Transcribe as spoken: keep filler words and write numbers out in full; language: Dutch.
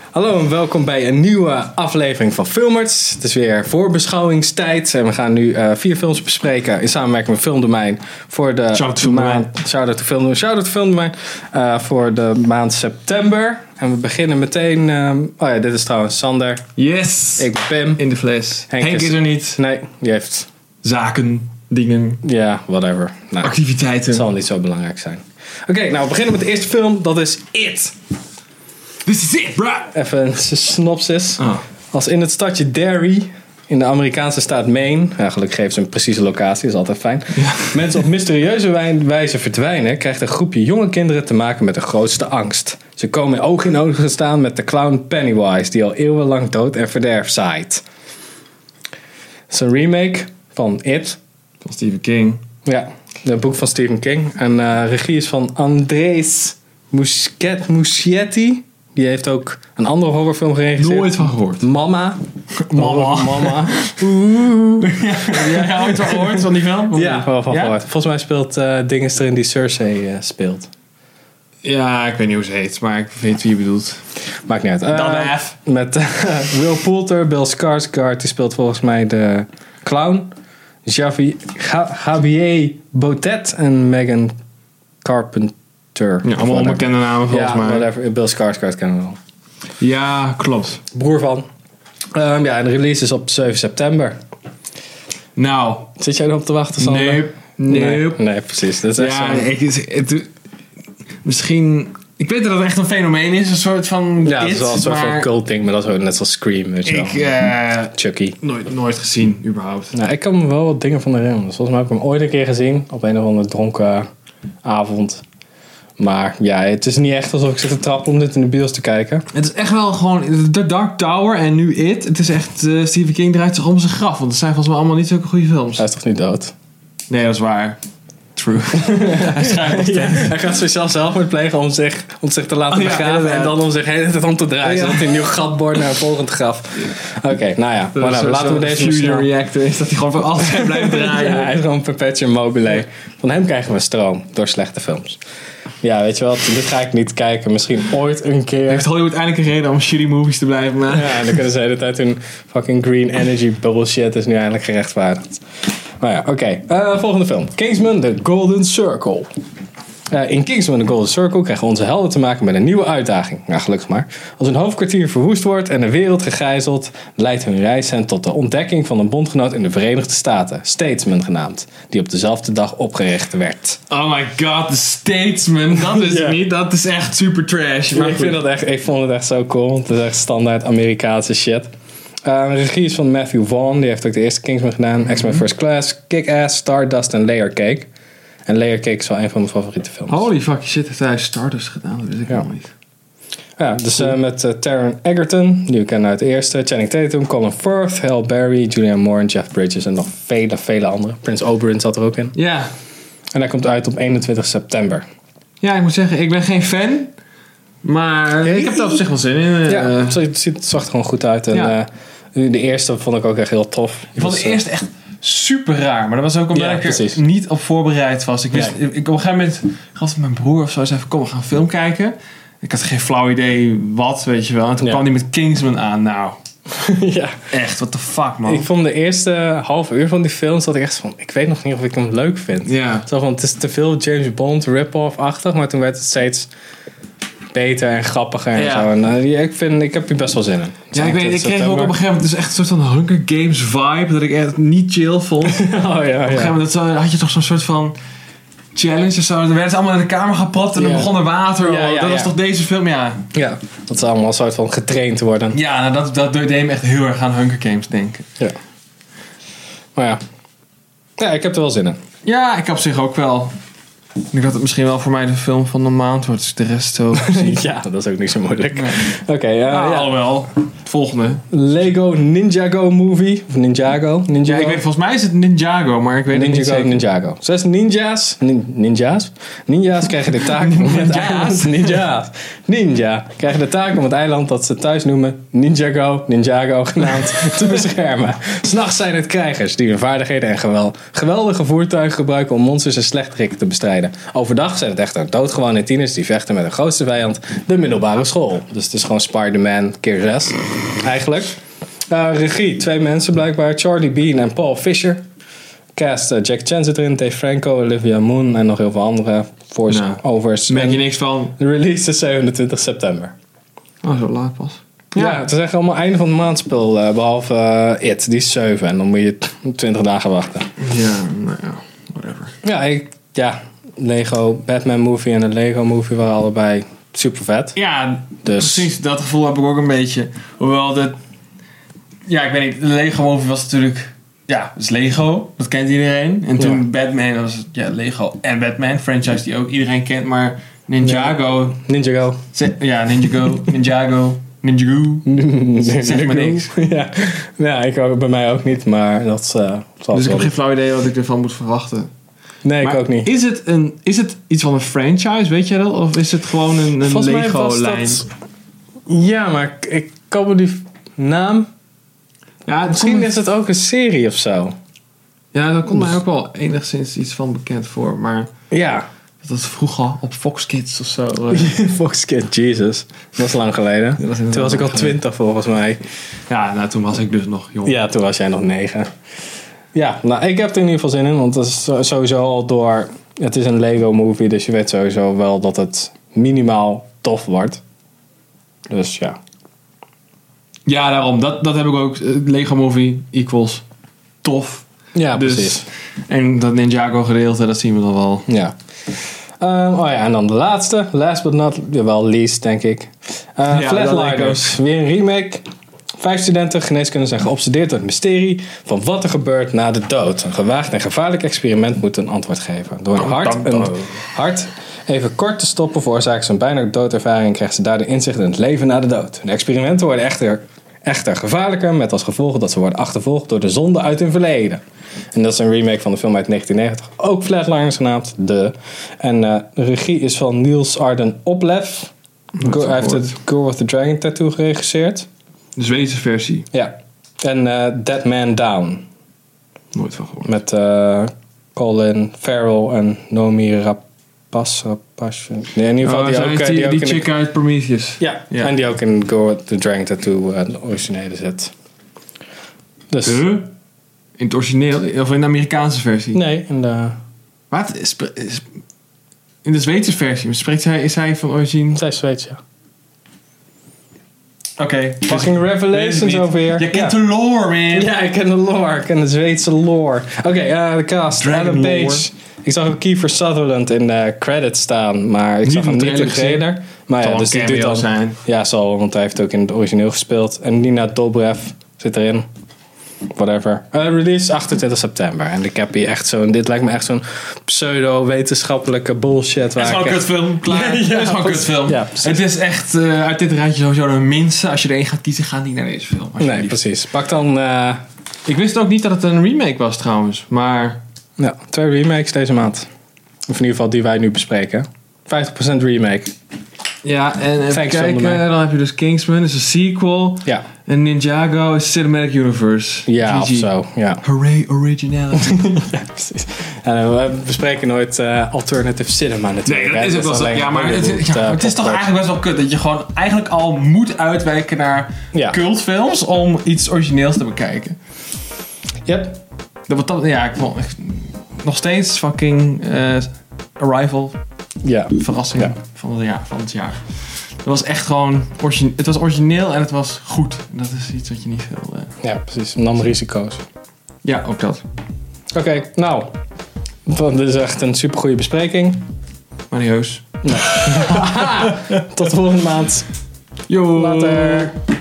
Hallo en welkom bij een nieuwe aflevering van Filmers. Het is weer voorbeschouwingstijd en we gaan nu uh, vier films bespreken in samenwerking met Filmdomein voor de Shout-out maand. Shout-out to Filmdomein. Shout-out to Filmdomein uh, voor de maand september. En we beginnen meteen. Uh, oh ja, dit is trouwens Sander. Yes. Ik ben Pim. In de fles. Henk, Henk is, is er niet. Nee, die heeft zaken, dingen, ja, whatever. Nou, activiteiten. Het zal niet zo belangrijk zijn. Oké, okay, nou we beginnen met de eerste film. Dat is It. This is it, bro. Even een synopsis. Oh. Als in het stadje Derry in de Amerikaanse staat Maine, ja, gelukkig geven ze een precieze locatie, dat is altijd fijn. Ja. Mensen op mysterieuze wijze verdwijnen, krijgt een groepje jonge kinderen te maken met de grootste angst. Ze komen oog in oog te staan met de clown Pennywise, die al eeuwenlang dood en verderf zaait. Het is een remake van It. Van Stephen King. Ja, het boek van Stephen King. En uh, regie is van Andres Muschietti. Muschietti. Die heeft ook een andere horrorfilm geregisseerd. Nooit van gehoord. Mama. Mama. Mama. Oeh. Ja, ja, ooit van gehoord van die film? Ja, wel van ja? gehoord. Volgens mij speelt uh, dinges erin die Cersei uh, speelt. Ja, ik weet niet hoe ze heet, maar ik weet wie je bedoelt. Maakt niet uit. Uh, Dan F. Met uh, Will Poulter, Bill Skarsgård, die speelt volgens mij de clown. Javi, Javier Botet en Megan Carpenter. Ja, allemaal onbekende namen volgens ja, mij. Whatever. Bill Skarsgård kennen we wel. Ja, klopt. Broer van. Um, ja, en de release is op zeven september. Nou. Zit jij erop te wachten, Sander? Nee. Nee. Nee, nee precies. Dat is echt ja, zo. ik, het, misschien... Ik weet dat het echt een fenomeen is. Een soort van... Ja, het is wel een soort maar van cult ding. Maar dat is ook net zoals Scream, weet je wel. Ik... Uh, Chucky. Nooit, nooit gezien, überhaupt. Nou, ik kan me wel wat dingen van herinneren. Dus volgens mij heb ik hem ooit een keer gezien. Op een of andere dronken avond. Maar ja, het is niet echt alsof ik zit te trappen om dit in de bios te kijken. Het is echt wel gewoon The Dark Tower en nu It. Het is echt, uh, Stephen King draait zich om zijn graf. Want het zijn volgens mij allemaal niet zulke goede films. Hij is toch niet dood? Nee, dat is waar. True. Hij schrijft ja, Hij gaat zichzelf zelfmoord plegen om zich, om zich te laten oh, begraven. Ja, en dan om zich heen om te draaien. Ja. Zodat hij een nieuw gat boort naar een volgend graf. Oké, okay, nou ja. Maar nou, laten we deze fusion reactor is dat hij gewoon voor altijd blijft draaien. Ja, hij is gewoon perpetuum mobile. Van hem krijgen we stroom door slechte films. Ja, weet je wel, dit ga ik niet kijken. Misschien ooit een keer. Heeft Hollywood eindelijk een reden om shitty movies te blijven maken? Ja, en dan kunnen ze de hele tijd hun fucking green energy bullshit is nu eindelijk gerechtvaardigd. Maar ja, oké. Okay. Uh, volgende film. Kingsman, The Golden Circle. Uh, in Kingsman, The Golden Circle krijgen onze helden te maken met een nieuwe uitdaging. Nou, gelukkig maar. Als een hoofdkwartier verwoest wordt en de wereld gegijzeld, leidt hun reis hen tot de ontdekking van een bondgenoot in de Verenigde Staten. Statesman genaamd. Die op dezelfde dag opgericht werd. Oh my god, The Statesman. Dat is yeah. niet. Dat is echt super trash. Maar ik, vind dat echt, ik vond het echt zo cool. Het is echt standaard Amerikaanse shit. Uh, de regie is van Matthew Vaughn. Die heeft ook de eerste Kingsman gedaan. Mm-hmm. X-Men First Class, Kick-Ass, Stardust en Layer Cake. En Layer Cake is wel een van mijn favoriete films. Holy fucking shit, heeft hij Stardust gedaan? Dat wist ik ja. nog niet. Ja, dus uh, met uh, Taron Egerton, die we kennen uit de eerste. Channing Tatum, Colin Firth, Halle Berry, Julianne Moore en Jeff Bridges. En nog vele, vele andere. Prince Oberyn zat er ook in. Ja. En hij komt uit op eenentwintig september. Ja, ik moet zeggen, ik ben geen fan. Maar ik heb er op zich wel zin in. Uh, ja, het ziet, het zag er gewoon goed uit. En ja. uh, de eerste vond ik ook echt heel tof. Ik vond de dus, eerste echt super raar. Maar dat was ook omdat ja, ik er precies. niet op voorbereid was. Ik wist, ja. ik, op een gegeven moment gaf mijn broer of zo zei van kom, we gaan een film kijken. Ik had geen flauw idee wat, weet je wel. En toen ja. kwam hij met Kingsman aan. Nou, ja. echt, what the fuck, man. Ik vond de eerste half uur van die film zat ik echt van, ik weet nog niet of ik hem leuk vind. Ja. Zo van, het is te veel James Bond rip-off-achtig, maar toen werd het steeds beter en grappiger en ja. zo. En, uh, ik, vind, ik heb hier best wel zin in. Ja, ik weet, ik kreeg ook op een gegeven moment dus echt een soort van Hunger Games vibe dat ik echt niet chill vond. oh, ja, op een ja. gegeven moment zo, had je toch zo'n soort van challenge of zo. Dan werden ze allemaal in de kamer gepropt en dan ja. begon er water. Ja, ja, dat ja. was toch deze film, ja. Ja, dat is allemaal een soort van getraind worden. Ja, nou, dat, dat deed me echt heel erg aan Hunger Games denken. Ja. Maar ja. Ja, ik heb er wel zin in. Ja, ik heb op zich ook wel. Ik denk dat het misschien wel voor mij de film van de maand wordt. Dus de rest zo gezien. Ja, dat is ook niet zo moeilijk. Nee. Oké, okay, uh, nou, ja. alhoewel. Het volgende. Lego Ninjago Movie. Of Ninjago. Ninjago. Ja, ik weet, volgens mij is het Ninjago, maar ik weet Ninjago, het niet zeker. Ninjago. Zes ninjas. Nin, ninjas? Ninjas krijgen de taak om het eiland... Ninjas. Ninja. Krijgen de taak om het eiland dat ze thuis noemen Ninjago, Ninjago genaamd, te beschermen. 'S Nachts zijn het krijgers die hun vaardigheden en gewel, geweldige voertuigen gebruiken om monsters en slechterikken te bestrijden. geleden. Overdag zijn het echt doodgewone tieners die vechten met hun grootste vijand, de middelbare school. Dus het is gewoon Spider-Man keer zes, eigenlijk. Uh, regie, twee mensen blijkbaar. Charlie Bean en Paul Fisher. Cast, uh, Jack Chan zit erin, Dave Franco, Olivia Munn en nog heel veel andere voice-overs. Daar merk je niks van. De release is zevenentwintig september. Oh, zo laat pas. Ja, ja, het is echt allemaal einde van de maand speel, uh, behalve uh, It, die is zeven. En dan moet je twintig dagen wachten. Ja, nou ja, whatever. Ja, ik, ja, Lego Batman movie en de Lego movie waren allebei super vet. Ja, dus. Precies, dat gevoel heb ik ook een beetje. Hoewel de, ja, ik weet niet, de Lego movie was natuurlijk, ja, het is Lego, dat kent iedereen. En toen ja. Batman, dat was ja, Lego en Batman, franchise die ook iedereen kent, maar Ninjago. Ninjago. Ja, Ninjago, Ninjago. Ninjago. Zeg maar niks. Ja, ja, ik ook, bij mij ook niet, maar dat uh, zal dus ik heb geen flauw idee wat ik ervan moet verwachten. Nee, maar ik ook niet. Is het, een, is het iets van een franchise, weet je dat? Of is het gewoon een, een Lego-lijn? Dat... Ja, maar ik, ik kan me die naam... Ja, misschien komt... is het ook een serie of zo. Ja, daar komt mij ook wel enigszins iets van bekend voor, maar... Ja. Dat was vroeger op Fox Kids of zo. Fox Kids, Jesus. Dat was lang geleden. Was toen was ik al twintig volgens mij. Ja, nou toen was ik dus nog jong. Ja, toen was jij nog negen. Ja, nou ik heb er in ieder geval zin in. Want het is sowieso al door... Het is een Lego movie, dus je weet sowieso wel dat het minimaal tof wordt. Dus ja. Ja, daarom. Dat, dat heb ik ook. Lego movie equals tof. Ja, dus, precies. En dat Ninjago gedeelte, dat zien we dan wel. Ja. Um, oh ja, en dan de laatste. Last but not, wel least, denk ik. Uh, ja, Flatliners. Weer een remake. Vijf studenten geneeskunde zijn geobsedeerd door het mysterie van wat er gebeurt na de dood. Een gewaagd en gevaarlijk experiment moet een antwoord geven. Door een hart, een hart even kort te stoppen veroorzaakt ze een bijna doodervaring en krijgt ze daardoor inzicht in het leven na de dood. De experimenten worden echter, echter gevaarlijker met als gevolg dat ze worden achtervolgd door de zonde uit hun verleden. En dat is een remake van de film uit negentien negentig. Ook Flatliners genaamd. De. En uh, de regie is van Niels Arden Oplev. Go- hij heeft het Girl with the Dragon Tattoo geregisseerd. De Zweedse versie. Ja. En uh, Dead Man Down. Nooit van gehoord. Met uh, Colin Farrell en Noomi Rapace. Rapace. Nee, in ieder geval oh, die ook... Die, die, die ook chick de, uit Prometheus. Ja, ja, en die ook in Girl with the Dragon Tattoo uh, de originele zit. Dus... Uh? In het origineel, of in de Amerikaanse versie? Nee, in de... Wat? In de Zweedse versie? Spreekt zij, is hij van origine? Zij is Zweeds, ja. Oké. Okay. Fucking Revelations over hier. Je kent ja. de lore, man. Ja, ik ken de lore. Ik ken de Zweedse lore. Oké, okay, uh, de cast. Dragon Adam Page. lore. Ik zag ook Kiefer Sutherland in de credits staan, maar ik niet zag hem niet in de trailer. Maar ja, dus die doet dan zijn. Ja, zal, want hij heeft ook in het origineel gespeeld. En Nina Dobrev zit erin. Whatever. Uh, release achtentwintig september. En ik heb hier echt zo'n... Dit lijkt me echt zo'n pseudo-wetenschappelijke bullshit. Het is gewoon een kutfilm. Klaar. Ja, ja, het is gewoon een kutfilm. Ja, het is echt... Uh, uit dit rijtje sowieso de minste. Als je er één gaat kiezen, ga niet naar deze film. Nee, precies. Pak dan... Uh, ik wist ook niet dat het een remake was trouwens. Maar... Ja, twee remakes deze maand. Of in ieder geval die wij nu bespreken. vijftig procent remake. Ja, en even Thanks kijken, dan heb je dus Kingsman, is een sequel. Ja. En Ninjago is Cinematic Universe. Ja, G G. Of zo, ja. Hooray, originality. Ja, precies. En we bespreken nooit uh, alternative cinema natuurlijk. Nee, dat is ook wel zo. Ja, maar het, het, ja, het is toch eigenlijk best wel kut dat je gewoon eigenlijk al moet uitwijken naar ja. cultfilms om iets origineels te bekijken. Yep. Dat, dat, ja, ik vond nog steeds fucking uh, Arrival. Ja. Verrassing ja. Van, het jaar, van het jaar. Het was echt gewoon... Origine, het was origineel en het was goed. Dat is iets wat je niet veel... Uh... Ja, precies. Nam risico's. Ja, ook dat. Oké, okay, nou. Dit is echt een supergoeie bespreking. Marieus. Nee. Tot volgende maand. Yo. Later.